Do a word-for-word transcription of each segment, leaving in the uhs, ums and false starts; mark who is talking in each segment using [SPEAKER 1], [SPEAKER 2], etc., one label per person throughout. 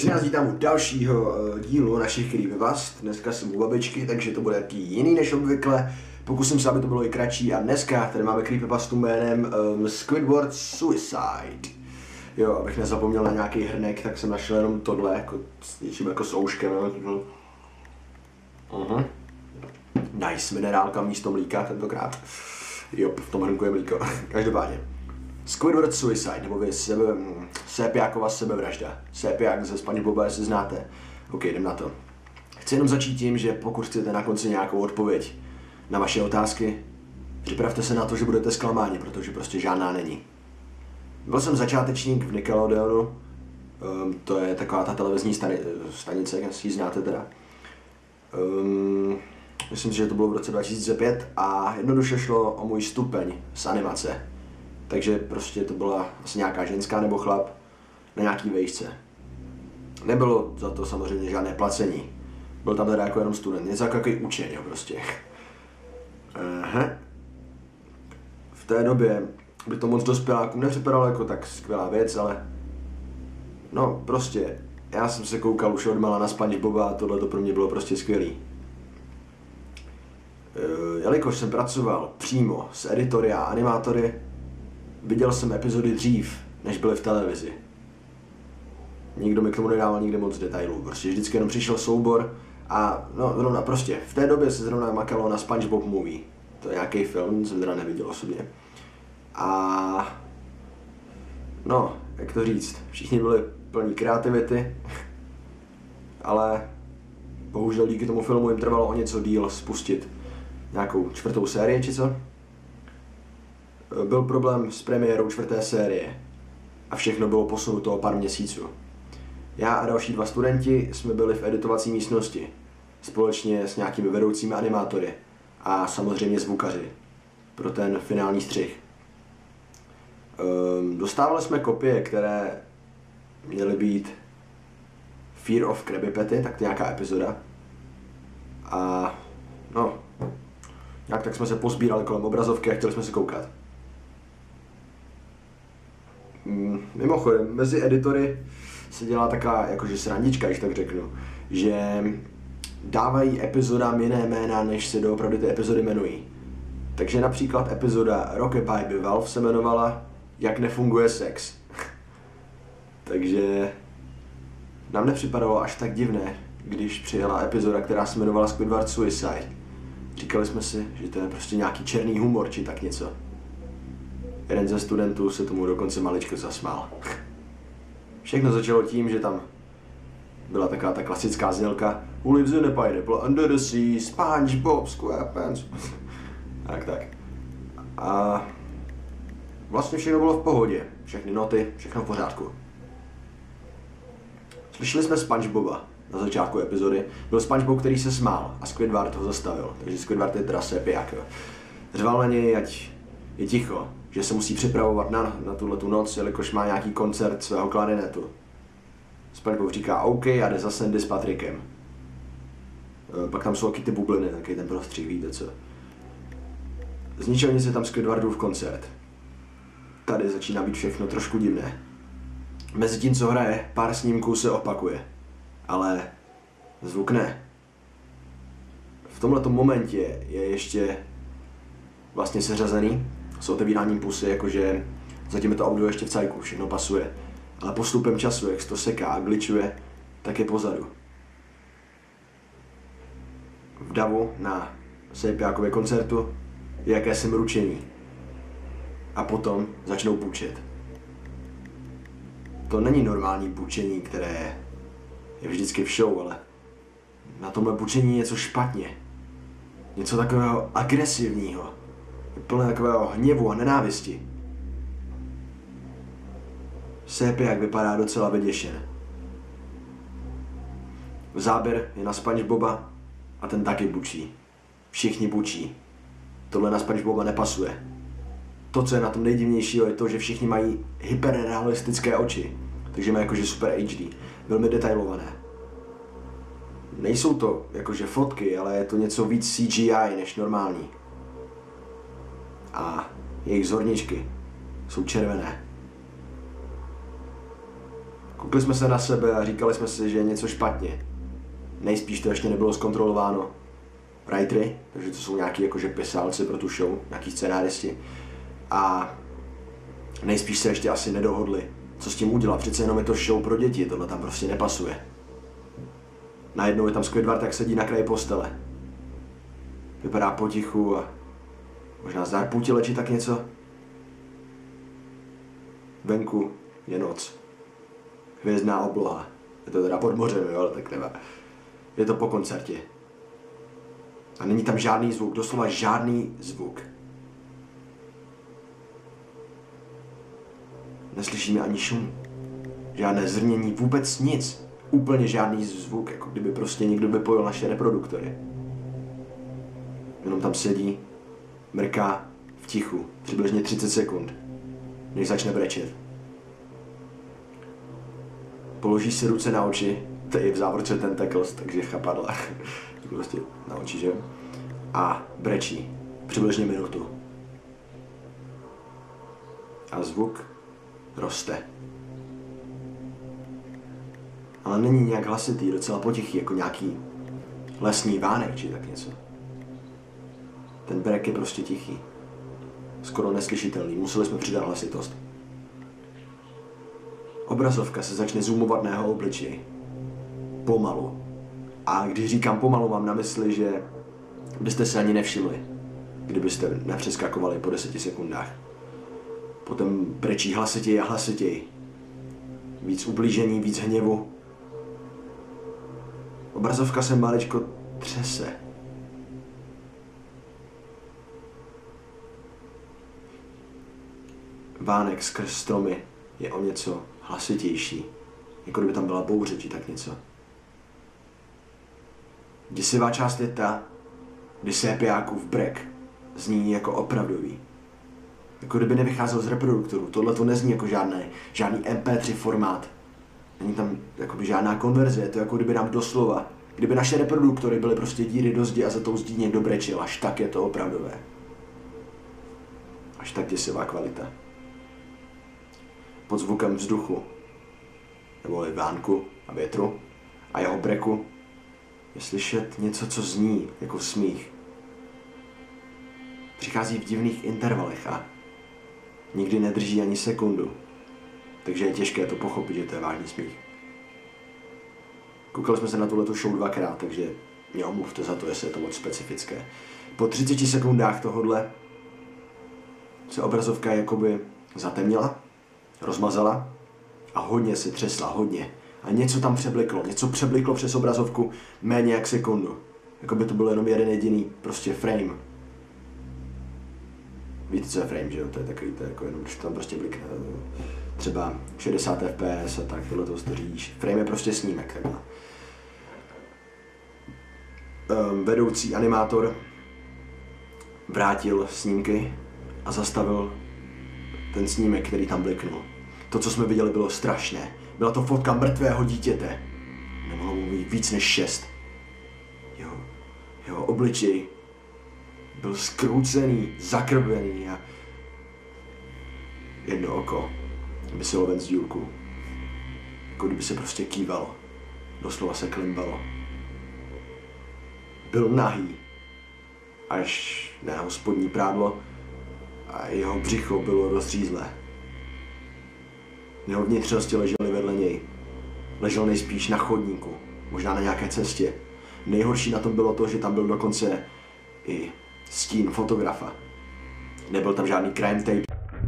[SPEAKER 1] Takže nás vítám u dalšího uh, dílu našich creepypast. Dneska jsem u babičky, takže to bude jaký jiný než obvykle. Pokusím se, aby to bylo i kratší a dneska tady máme creepypastu jménem um, Squidward Suicide. Jo, abych nezapomněl na nějaký hrnek, tak jsem našel jenom tohle, jako s něčím jako s ouškem. Uh-huh. Nice, minerálka místo mlíka tentokrát. Jo, v tom hrnku je mlíko. Každopádně. Squidward Suicide, nebo vy sebe, Sépiákova sebevražda. Sépiák ze SpongeBoba, jestli znáte. Ok, jdem na to. Chci jenom začít tím, že pokud chcete na konci nějakou odpověď na vaše otázky, připravte se na to, že budete zklamáni, protože prostě žádná není. Byl jsem začátečník v Nickelodeonu, um, to je taková ta televizní stani- stanice, jestli ji znáte teda. Um, myslím si, že to bylo v roce dva tisíce pět a jednoduše šlo o můj stupeň z animace. Takže prostě to byla asi nějaká ženská nebo chlap na nějaký vejšce. Nebylo za to samozřejmě žádné placení. Byl tam teda jako jenom student, něco jako jaký učeň, jo, prostě. Aha. V té době by to moc dospělákům nepřipadalo jako tak skvělá věc, ale no prostě, já jsem se koukal už odmala na SpongeBoba a tohle to pro mě bylo prostě skvělý. E, jelikož jsem pracoval přímo s editory a animátory, viděl jsem epizody dřív, než byly v televizi. Nikdo mi k tomu nedával nikde moc detailů, prostě vždycky jenom přišel soubor a no zrovna prostě, v té době se zrovna makalo na SpongeBob Movie. To je nějaký film, jsem teda neviděl osobně. A no, jak to říct, všichni byli plní kreativity, ale bohužel díky tomu filmu jim trvalo o něco díl spustit nějakou čtvrtou sérii, či co? Byl problém s premiérou čtvrté série a všechno bylo posunuto o pár měsíců. Já a další dva studenti jsme byli v editovací místnosti společně s nějakými vedoucími animátory a samozřejmě zvukaři pro ten finální střih. Um, dostávali jsme kopie, které měly být Fear of Krabby Patty, tak to je nějaká epizoda. A no, nějak tak jsme se pozbírali kolem obrazovky a chtěli jsme se koukat. Mimochodem, mezi editory se dělá taková jakože srandička, když tak řeknu, že dávají epizodám jiné jména, než se doopravdy ty epizody jmenují. Takže například epizoda Rockabye Valve se jmenovala Jak nefunguje sex. Takže nám nepřipadalo až tak divné, když přijela epizoda, která se jmenovala Squidward Suicide. Říkali jsme si, že to je prostě nějaký černý humor, či tak něco. Jeden ze studentů se tomu dokonce maličko zasmál. Všechno začalo tím, že tam byla taková ta klasická znělka Who lives in a pineapple under the sea, SpongeBob SquarePants. Tak, tak. A vlastně všechno bylo v pohodě. Všechny noty, všechno v pořádku. Slyšeli jsme SpongeBoba na začátku epizody. Byl SpongeBob, který se smál a Squidward ho zastavil. Takže Squidward je teda Sépiák. Řval na něj, ať je ticho, že se musí připravovat na, na tuhletu noc, jelikož má nějaký koncert svého klarinetu. SpongeBob říká OK a jde za Sandy s Patrickem. E, pak tam jsou taky ty bubliny, taky ten prostřih, víte co. Z ničeho nic je tam Squidwardův koncert. Tady začíná být všechno trošku divné. Mezi tím, co hraje, pár snímků se opakuje. Ale zvuk ne. V tomhletom momentě je ještě vlastně seřazený s otevíráním pusy, jakože zatím je to audio ještě v cajku, všechno pasuje. Ale postupem času, jak se to seká a glitchuje, tak je pozadu. V davu na Sépiákově koncertu je jakési mručení. A potom začnou bučet. To není normální bučení, které je vždycky v show, ale na tomhle bučení je něco špatně. Něco takového agresivního. Plné takového hněvu a nenávisti. Sépiák vypadá docela vyděšen. Záběr je na SpongeBoba a ten taky bučí. Všichni bučí. Tohle na SpongeBoba nepasuje. To, co je na tom nejdivnějšího, je to, že všichni mají hyperrealistické oči. Takže mají jakože super H D. Velmi detailované. Nejsou to jakože fotky, ale je to něco víc C G I než normální. A jejich zorničky jsou červené. Koukli jsme se na sebe a říkali jsme si, že je něco špatně. Nejspíš to ještě nebylo zkontrolováno. Writery, takže to jsou nějaký jakože pisálci pro tu show, nějaký scenáristi. A nejspíš se ještě asi nedohodli, co s tím udělat. Přece jenom je to show pro děti, tohle tam prostě nepasuje. Najednou je tam Squidward, tak sedí na kraji postele. Vypadá potichu a možná zárpůtile či tak něco. Venku je noc. Hvězdná obloha. Je to teda pod mořem, jo, ale tak nevá. Je to po koncertě. A není tam žádný zvuk, doslova žádný zvuk. Neslyšíme ani šum. Žádné zrnění, vůbec nic. Úplně žádný zvuk, jako kdyby prostě někdo vypojil naše reproduktory. Jenom tam sedí, mrká v tichu, přibližně třicet sekund, než začne brečet. Položí si ruce na oči, to je v závorce tentacles, takže chapadla, prostě na oči, že? A brečí, přibližně minutu. A zvuk roste. Ale není nějak hlasitý, docela potichý, jako nějaký lesní vánek, či tak něco. Ten brek je prostě tichý. Skoro neslyšitelný, museli jsme přidat hlasitost. Obrazovka se začne zoomovat na jeho obličeji. Pomalu. A když říkám pomalu, mám na mysli, že byste se ani nevšimli, kdybyste nepřeskakovali po deseti sekundách. Potom brečí hlasitěji a hlasitěji. Víc ublížení, víc hněvu. Obrazovka se maličko třese. Vánek skrz stromy je o něco hlasitější, jako kdyby tam byla bouře či tak něco. Děsivá část je ta, kdy sépiákův brek zní jako opravdový. Jako kdyby nevycházel z reproduktorů. Tohle to nezní jako žádný, žádný em pé tři formát. Není tam jakoby žádná konverze, je to jako kdyby nám doslova, kdyby naše reproduktory byly prostě díry do zdi a za tou zdí někdo brečil, až tak je to opravdové. Až tak děsivá kvalita. Pod zvukem vzduchu, nebo vánku a větru a jeho breku je slyšet něco, co zní jako smích. Přichází v divných intervalech a nikdy nedrží ani sekundu, takže je těžké to pochopit, že to je vážný smích. Koukali jsme se na tuhletu show dvakrát, takže mě omluvte za to, jestli je to moc specifické. Po třiceti sekundách tohodle se obrazovka jakoby zatemnila, rozmazala a hodně se třesla, hodně. A něco tam přebliklo, něco přebliklo přes obrazovku méně jak sekundu. Jako by to byl jenom jeden jediný prostě frame. Víte, co je frame, že jo? To je takový, to je jako jenom, když tam prostě blikne třeba šedesát ef pé es a tak, tohle to řídíš. Frame je prostě snímek, takhle. Um, vedoucí animátor vrátil snímky a zastavil ten snímek, který tam bliknul. To, co jsme viděli, bylo strašné. Byla to fotka mrtvého dítěte. Nemohlo mu být víc než šest. Jeho, jeho obličej byl zkroucený, zakrvený a jedno oko vyselo ven z dílku. Jako kdyby se prostě kývalo. Doslova se klimbalo. Byl nahý. Až na jeho spodní prádlo a jeho břicho bylo rozřízlé. Jeho vnitřnosti ležely vedle něj. Ležel nejspíš na chodníku, možná na nějaké cestě. Nejhorší na tom bylo to, že tam byl dokonce i stín fotografa. Nebyl tam žádný crime tape.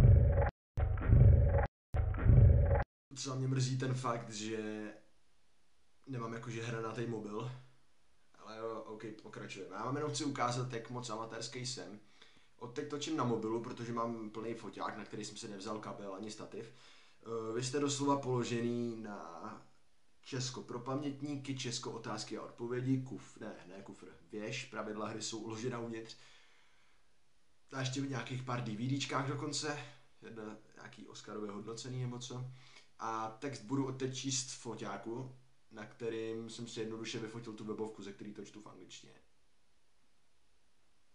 [SPEAKER 1] Co mě mrzí ten fakt, že nemám jakože hranatý mobil. Ale jo, ok, pokračujeme. Já vám jenom chci ukázat, jak moc amatérský jsem. Odteď točím na mobilu, protože mám plný foťák, na který jsem si nevzal kabel ani stativ. Vy jste doslova položený na Česko pro pamětníky, Česko otázky a odpovědi, kuf, ne, ne kufr, věž, pravidla hry jsou uložena uvnitř. A ještě v nějakých pár DVDčkách dokonce, jedna nějaký Oscarově hodnocený nebo co. A text budu odteď číst v foťáku, na kterým jsem si jednoduše vyfotil tu webovku, ze který to čtu v angličtině.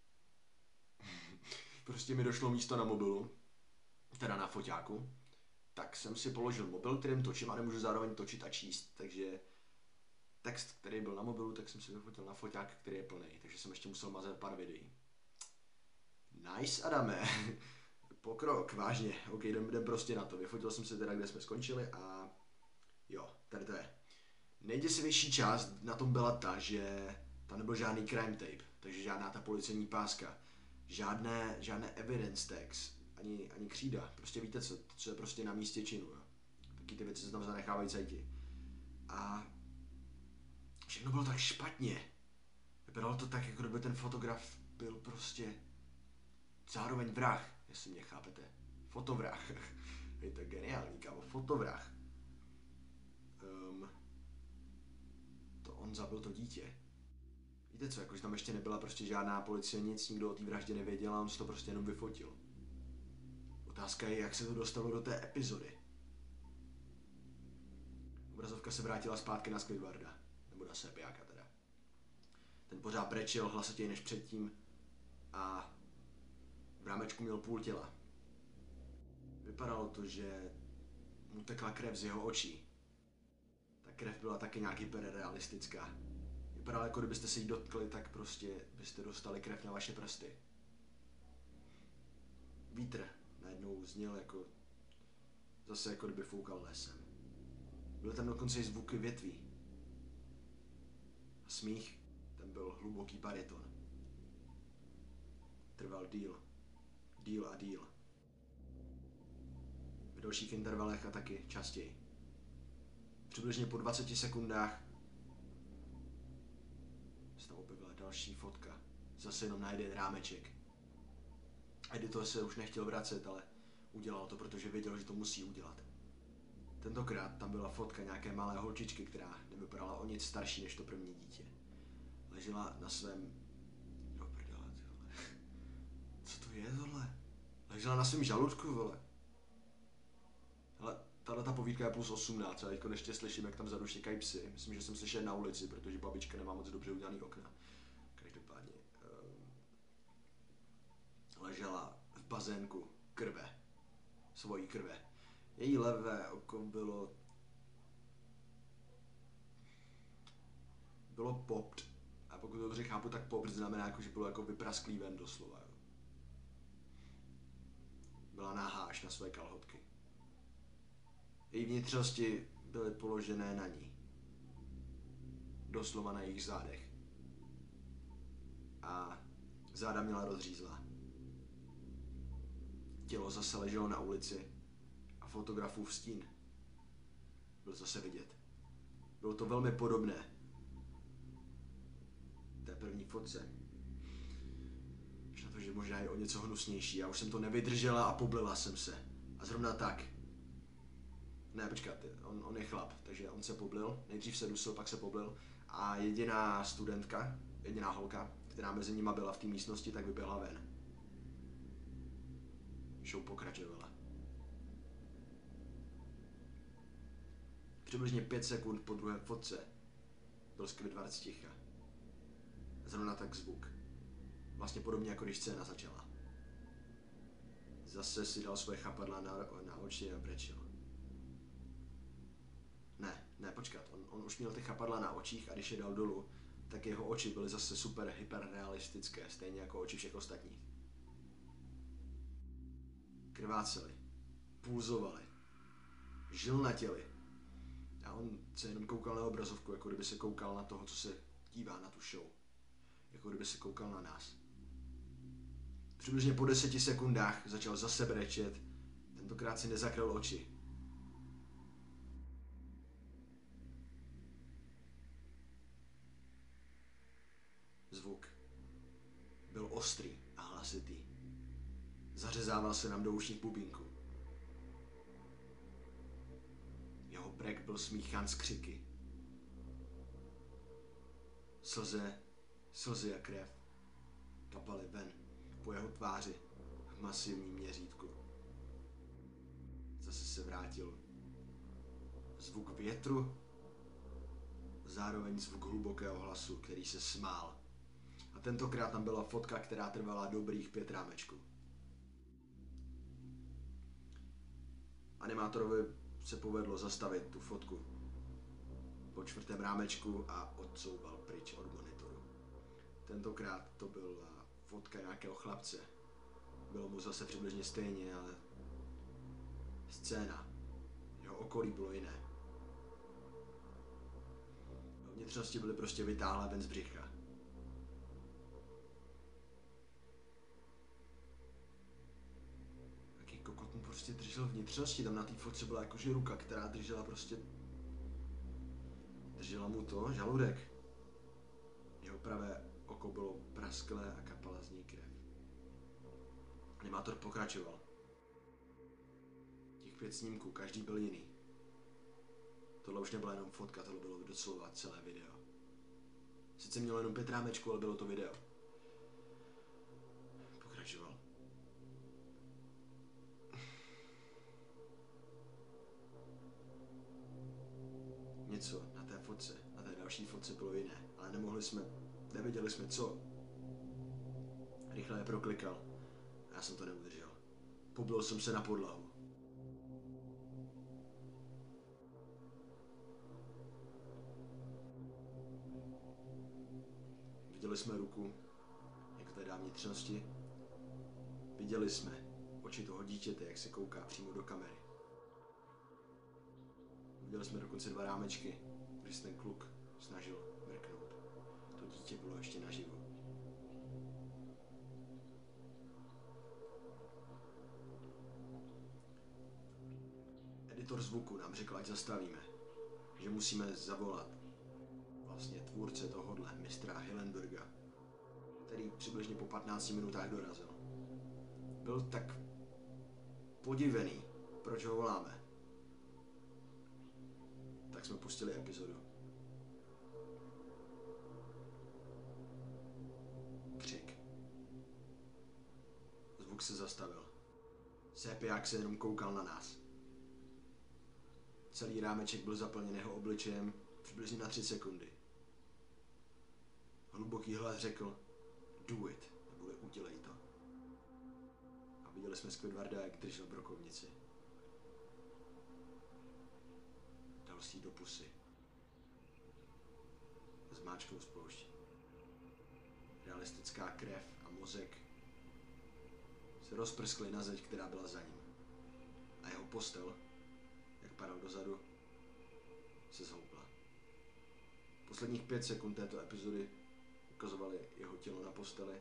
[SPEAKER 1] Prostě mi došlo místo na mobilu, teda na foťáku. tak jsem si položil mobil, kterým točím a nemůžu zároveň točit a číst, takže text, který byl na mobilu, tak jsem si vyfotil na foťák, který je plný, takže jsem ještě musel mazat pár videí. Nice, Adame. Pokrok, vážně. Ok, jdem, jdem prostě na to. Vyfotil jsem si teda, kde jsme skončili a jo, tady to je. Nejděsivější část na tom byla ta, že tam nebyl žádný crime tape, takže žádná ta policejní páska, žádné, žádné evidence tags, ani, ani křída. Prostě víte co, co je prostě na místě činu, jo. Taky ty věci se tam zanechávají cajti. A všechno bylo tak špatně. Vypadalo to tak, jako kdyby ten fotograf byl prostě zároveň vrah, jestli mě chápete. Fotovrah. Je to geniální, kámo, fotovrah. Um, to on zabil to dítě. Víte co, jakože tam ještě nebyla prostě žádná policie, nic, nikdo o té vraždě nevěděl a on se to prostě jenom vyfotil. Otázka je, jak se to dostalo do té epizody. Obrazovka se vrátila zpátky na Squidwarda, nebo na Sepiáka teda. Ten pořád brečel hlasitěji než předtím a v rámečku měl půl těla. Vypadalo to, že mu tekla krev z jeho očí. Ta krev byla taky nějak hyperrealistická. Vypadalo, jako kdybyste se jí dotkli, tak prostě byste dostali krev na vaše prsty. Vítr najednou zněl jako... zase jako kdyby foukal lesem. Byly tam dokonce i zvuky větví. A smích, ten byl hluboký bariton. Trval díl. Díl a díl. V dalších intervalech a taky častěji. Přibližně po dvaceti sekundách se tam objevila další fotka. Zase jenom na jeden rámeček. Editor se už nechtěl vracet, ale udělal to, protože věděl, že to musí udělat. Tentokrát tam byla fotka nějaké malé holčičky, která nevypadala o nic starší než to první dítě. Ležela na svém... Jo, prdele, tyhle. Co to je tohle? Ležela na svém žaludku, vole. Hele, tahle ta povídka je plus osmnáct, a teďko ještě slyším, jak tam vzadu štěkají psy. Myslím, že jsem slyšel na ulici, protože babička nemá moc dobře udělaný okna. Každopádně... Um, ležela v bazénku krve. Svojí krve. Její levé oko bylo... bylo popped. A pokud to dobře chápu, tak popped znamená, jako, že bylo jako vyprasklý ven doslova. Jo. Byla nahá až na své kalhotky. Její vnitřnosti byly položené na ní. Doslova na jejich zádech. A záda měla rozřízlá. Tělo zase leželo na ulici a fotografův stín byl zase vidět. Bylo to velmi podobné té první fotce. Až na to, že možná je o něco hnusnější. Já už jsem to nevydržela a poblila jsem se. A zrovna tak. Ne, počkat, on, on je chlap, takže on se poblil. Nejdřív se dusil, pak se poblil. A jediná studentka, jediná holka, která mezi nima byla v té místnosti, tak vyběhla ven. Show pokračovala. Přibližně pět sekund po druhé fotce byl Squidward sticha. Zrovna tak zvuk. Vlastně podobně, jako když scéna začala. Zase si dal svoje chapadla na, na oči a brečel. Ne, ne, počkat, on, on už měl ty chapadla na očích a když je dal dolů, tak jeho oči byly zase super hyperrealistické, stejně jako oči všech ostatních. Krváceli, pulzovali, žilnatěli. A on se jenom koukal na obrazovku, jako kdyby se koukal na toho, co se dívá na tu show. Jako kdyby se koukal na nás. Přibližně po deseti sekundách začal zase brečet, tentokrát si nezakryl oči. Zvuk byl ostrý a hlasitý. Zařezával se nám do ušních bubínků. Jeho brek byl smíchán s křiky. Slze, slzy a krev kapaly ven po jeho tváři v masivním měřítku. Zase se vrátil zvuk větru, zároveň zvuk hlubokého hlasu, který se smál. A tentokrát tam byla fotka, která trvala dobrých pět rámečků. Animátorovi se povedlo zastavit tu fotku po čtvrtém rámečku a odsouval pryč od monitoru. Tentokrát to byla fotka nějakého chlapce. Bylo mu zase přibližně stejně, ale scéna, jeho okolí bylo jiné. Vnitřnosti byly prostě vytáhlé ven z břicha. Jaký kokot mu prostě držel vnitřnosti, tam na té fotce byla jakože ruka, která držela prostě... Držela mu to, žaludek. Jeho pravé oko bylo prasklé a kapala z něj krev. Animátor pokračoval. Těch pět snímků, každý byl jiný. Tohle už nebyla jenom fotka, tohle bylo doslova celé video. Sice mělo jenom pět rámečků, ale bylo to video. Pokračoval. Něco na té fotce, na té další fotce bylo jiné, ale nemohli jsme, nevěděli jsme co. Rychle je proklikal. Já jsem to neudržel. Pobil jsem se na podlahu. Viděli jsme ruku, jak hledá vnitřnosti. Viděli jsme oči toho dítěte, jak se kouká přímo do kamery. Viděli jsme dokonce dva rámečky, když se ten kluk snažil mrknout. To dítě bylo ještě naživu. Editor zvuku nám řekl, ať zastavíme, že musíme zavolat vlastně tvůrce tohodle, mistra Hillenburga, který přibližně po patnácti minutách dorazil. Byl tak podivený, proč ho voláme. Tak jsme pustili epizodu. Křik. Zvuk se zastavil. Sépiák se jenom koukal na nás. Celý rámeček byl zaplněn jeho obličejem přibližně na tři sekundy. Hluboký hlas řekl, do it, neboli udělej to. A viděli jsme Squidwarda, jak držel brokovnici. Dal si ji do pusy. Zmáčknul sploušť. Realistická krev a mozek se rozprskly na zeď, která byla za ním. A jeho postel, jak padal dozadu, se zhoupla. Posledních pět sekund této epizody ukazovaly jeho tělo na posteli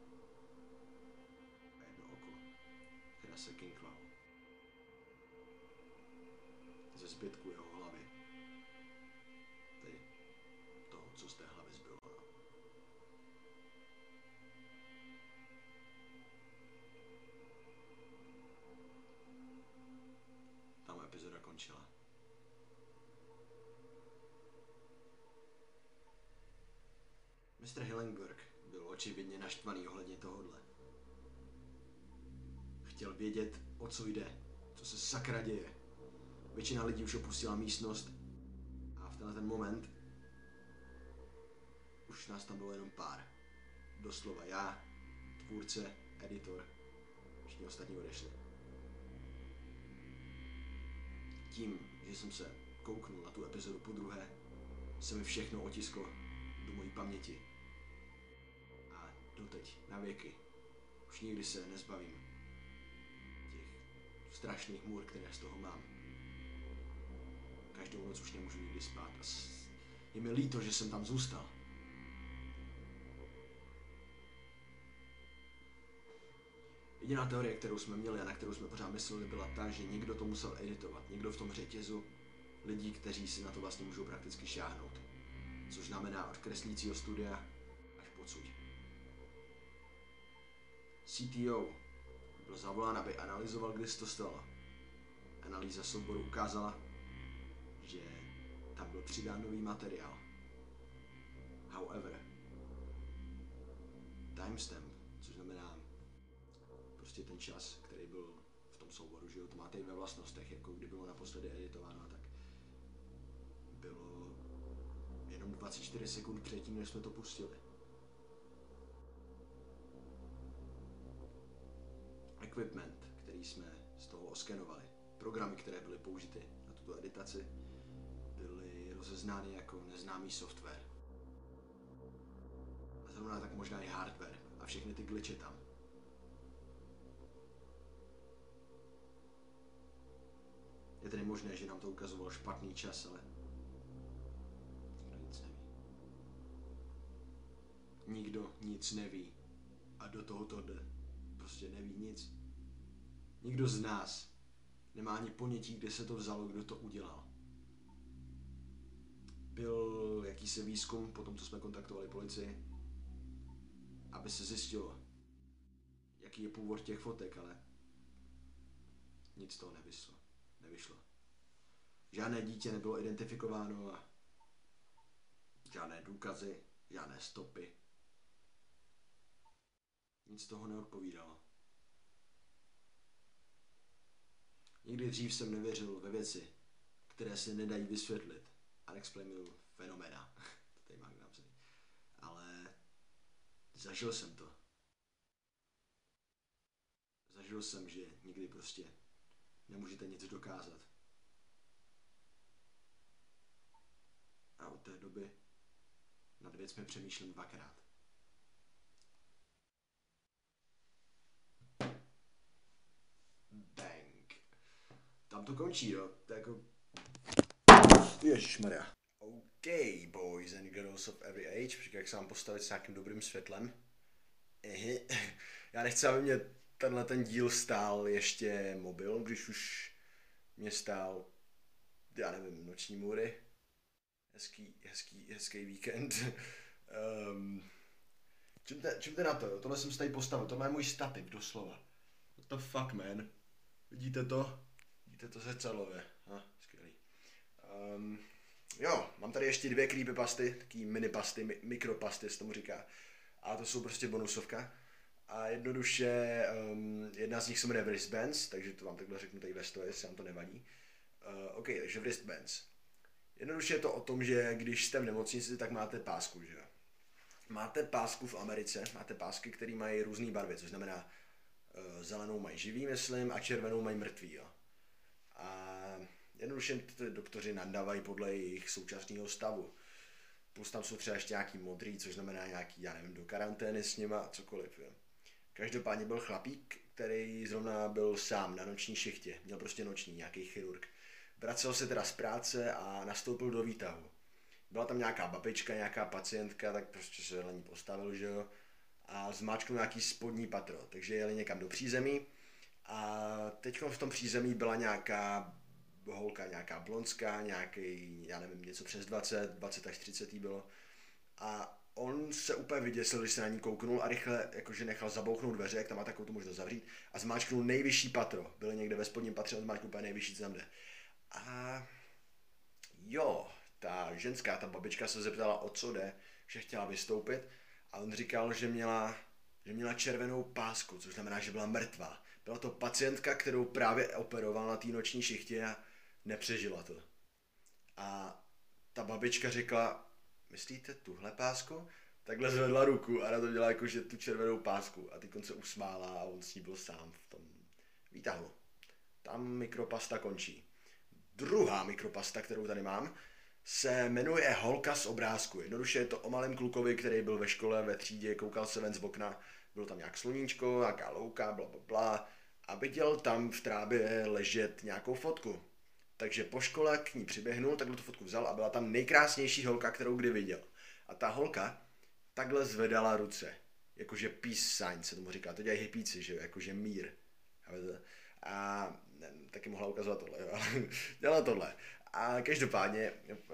[SPEAKER 1] a jedno oko, které se kinkvalo. Ze zbytku jeho hlavy. Tedy toho, co z té hlavy zbylo. Tam epizoda končila. mistr Hillenburg byl očividně naštvaný ohledně tohodle. Chtěl vědět, o co jde, co se sakra děje. Většina lidí už opustila místnost a v tenhle ten moment už nás tam bylo jenom pár. Doslova já, tvůrce, editor, všichni ostatní odešli. Tím, že jsem se kouknul na tu epizodu podruhé, se mi všechno otisklo do mojí paměti. A doteď, na věky, už nikdy se nezbavím těch strašných můr, které z toho mám. Každou noc už nemůžu nikdy spát a je mi líto, že jsem tam zůstal. Jediná teorie, kterou jsme měli a na kterou jsme pořád mysleli, byla ta, že někdo to musel editovat. Někdo v tom řetězu lidí, kteří si na to vlastně můžou prakticky šáhnout. Což znamená od kreslícího studia až po cuď. C T O byl zavolán, aby analyzoval, kdy se to stalo. Analýza souboru ukázala, že tam byl přidán nový materiál. However, timestamp, což znamená prostě ten čas, který byl v tom souboru, že jo, to máte i ve vlastnostech, jako kdy bylo naposledy editováno, tak bylo jenom dvacet čtyři sekund předtím, než jsme to pustili. Equipment, který jsme z toho oskenovali, programy, které byly použity na tuto editaci, byly rozeznány jako neznámý software. A zrovna tak možná i hardware a všechny ty glitche tam. Je tedy možné, že nám to ukazovalo špatný čas, ale nikdo nic neví. Nikdo nic neví. A do toho to jde. Prostě neví nic. Nikdo z nás nemá ani ponětí, kde se to vzalo, kdo to udělal. Byl jakýsi výzkum po tom, co jsme kontaktovali policii, aby se zjistilo, jaký je původ těch fotek, ale nic z toho nevyšlo. nevyšlo. Žádné dítě nebylo identifikováno a žádné důkazy, žádné stopy. Nic z toho neodpovídalo. Nikdy dřív jsem nevěřil ve věci, které se nedají vysvětlit. Unexplainable fenomena. To tady mám napsaný. Ale zažil jsem to. Zažil jsem, že nikdy prostě nemůžete nic dokázat. A od té doby nad věcmi přemýšlím dvakrát. Bang. Tam to končí, jo. To je jako... Ježišmarja. OK, boys and girls of every age. Počkej, jak se mám postavit s nějakým dobrým světlem. Ehe. Já nechci, aby mě tenhle ten díl stál ještě mobil, když už mě stál, já nevím, noční můry. Hezký, hezký, hezký víkend. um, čumte, čumte na to, jo? Tohle jsem si tady postavil, tohle je můj stativ, doslova. What the fuck, man? Vidíte to? Vidíte to zrcadlově. Ah, skvělý. Um, jo, mám tady ještě dvě creepypasty, taký minipasty, mi, mikropasty se tomu říká. A to jsou prostě bonusovka. A jednoduše, um, jedna z nich se jmenuje wristbands, takže to vám takhle řeknu tady ve stoje, jestli vám to nevadí. Uh, OK, takže wristbands. Jednoduše je to o tom, že když jste v nemocnici, tak máte pásku, že jo. Máte pásku v Americe, máte pásky, které mají různé barvy, což znamená uh, zelenou mají živý, myslím, a červenou mají mrtvý, jo. A jednoduše ty doktoři nadávají podle jejich současného stavu. Plus tam jsou třeba ještě nějaký modrý, což znamená nějaký, já nevím, do karantény s nima a cokoliv, jo. Každopádně byl chlapík, který zrovna byl sám na noční šichtě, měl prostě noční, nějaký chirurg. Vracel se teda z práce a nastoupil do výtahu. Byla tam nějaká babička, nějaká pacientka, tak prostě se na ní postavil, že jo, a zmáčknul nějaký spodní patro, takže jeli někam do přízemí a teď v tom přízemí byla nějaká holka, nějaká blondská, nějaký, já nevím, něco přes dvacet, dvacet až třicet jí bylo a on se úplně vyděsil, když se na ní kouknul a rychle jakože nechal zabouchnout dveře, jak tam má takovou tu možnost zavřít a zmáčknul nejvyšší patro, byl někde ve spodním patře, on zmáčknul úplně nejvyšší, co tam jde. A jo, ta ženská, ta babička se zeptala, o co jde, že chtěla vystoupit a on říkal, že měla, že měla červenou pásku, což znamená, že byla mrtvá. Byla to pacientka, kterou právě operoval na té noční šichtě a nepřežila to. A ta babička řekla, myslíte tuhle pásku? Takhle zvedla ruku a na to dělala jakože tu červenou pásku a teď se usmála a on s ní byl sám v tom výtahu. Tam mikropasta končí. Druhá mikropasta, kterou tady mám, se jmenuje Holka z obrázku. Jednoduše je to o malém klukovi, který byl ve škole, ve třídě, koukal se ven z okna, bylo tam nějak sluníčko, nějaká louka, bla, bla, bla, a viděl tam v trávě ležet nějakou fotku. Takže po škole k ní přiběhnul, takhle tu fotku vzal a byla tam nejkrásnější holka, kterou kdy viděl. A ta holka takhle zvedala ruce, jakože peace sign se tomu říká, to dělají hippíci, že jo, jakože mír. A ne, taky mohla ukazovat tohle, jo, dělala tohle. A každopádně,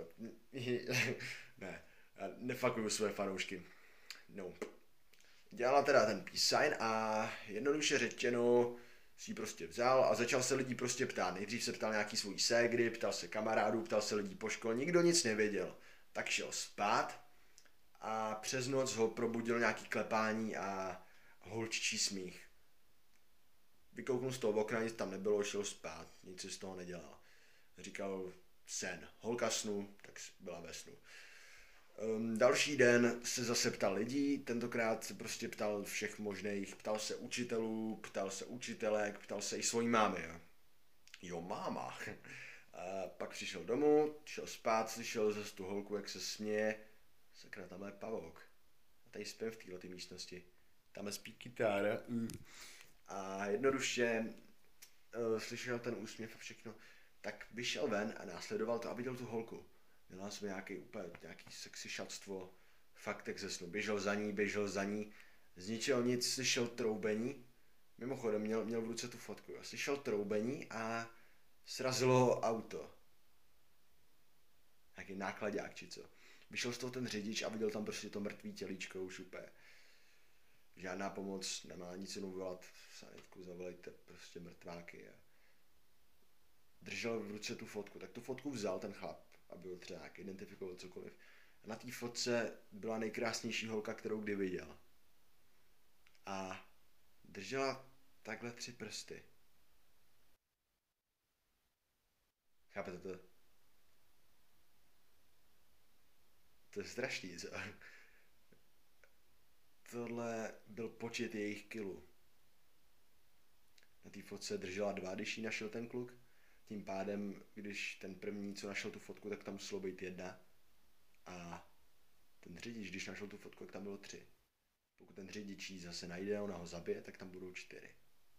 [SPEAKER 1] ne, nefakuju své fanoušky, no. Dělala teda ten peace sign a jednoduše řečeno si ji prostě vzal a začal se lidí prostě ptát. Nejdřív se ptal nějaký svůj ségry, ptal se kamarádů, ptal se lidí po škole, nikdo nic nevěděl. Tak šel spát a přes noc ho probudil nějaký klepání a holčičí smích. Vykouknul z toho okna, nic tam nebylo, šel spát, nic si z toho nedělal. Říkal sen, holka snu, tak byla ve snu. Um, další den se zase ptal lidí, tentokrát se prostě ptal všech možných, ptal se učitelů, ptal se učitelek, ptal se i svojí mámy. Jo. jo máma. A pak přišel domů, šel spát, slyšel zase tu holku, jak se směje. Sakra, tamhle je pavouk. A tady spím v této místnosti. Tam spí kytára. Mm. A jednoduše uh, slyšel ten úsměv a všechno. Tak vyšel ven a následoval to a viděl tu holku. Měla jsme nějaký úplně nějaký sexy šatstvo. Fakt jak ze snu. Běžel za ní, běžel za ní. Z ničeho nic slyšel troubení. Mimochodem měl, měl v ruce tu fotku. Jo. Slyšel troubení a srazilo ho auto. Nějaký nákladák či co. Vyšel z toho ten řidič a viděl tam prostě to mrtvý tělíčko už úplně. Žádná pomoc, nemá nic jenom volat, sanitku, zavolejte prostě mrtváky. A držel v ruce tu fotku, tak tu fotku vzal ten chlap, aby ho třeba nějak identifikoval cokoliv. A na té fotce byla nejkrásnější holka, kterou kdy viděl. A držela takhle tři prsty. Chápete to? To je strašný, co? Tohle byl počet jejich kilů. Na té fotce držela dva, když ji našel ten kluk. Tím pádem, když ten první, co našel tu fotku, tak tam muselo být jedna. A ten řidič, když našel tu fotku, tak tam bylo tři. Pokud ten řidič ji zase najde a ona ho zabije, tak tam budou čtyři.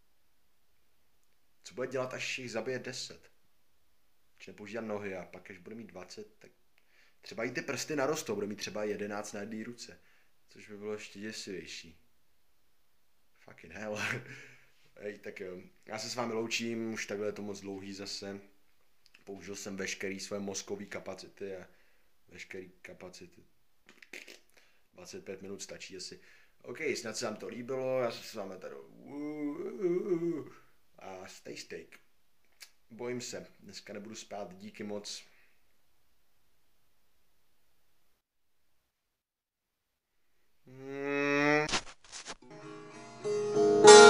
[SPEAKER 1] Co bude dělat, až jich zabije deset? Či nepoužívá nohy a pak, až bude mít dvacet, tak třeba jí ty prsty narostou, bude mít třeba jedenáct na jedné ruce. Což by bylo ještě děsivější. Fucking hell. Hej, tak jo. Já se s vámi loučím, už takhle je to moc dlouhý zase. Použil jsem veškerý své mozkové kapacity a veškerý kapacity. dvacet pět minut stačí asi. OK, snad se vám to líbilo, já se s vámi tady... A stay steak. Bojím se, dneska nebudu spát, díky moc.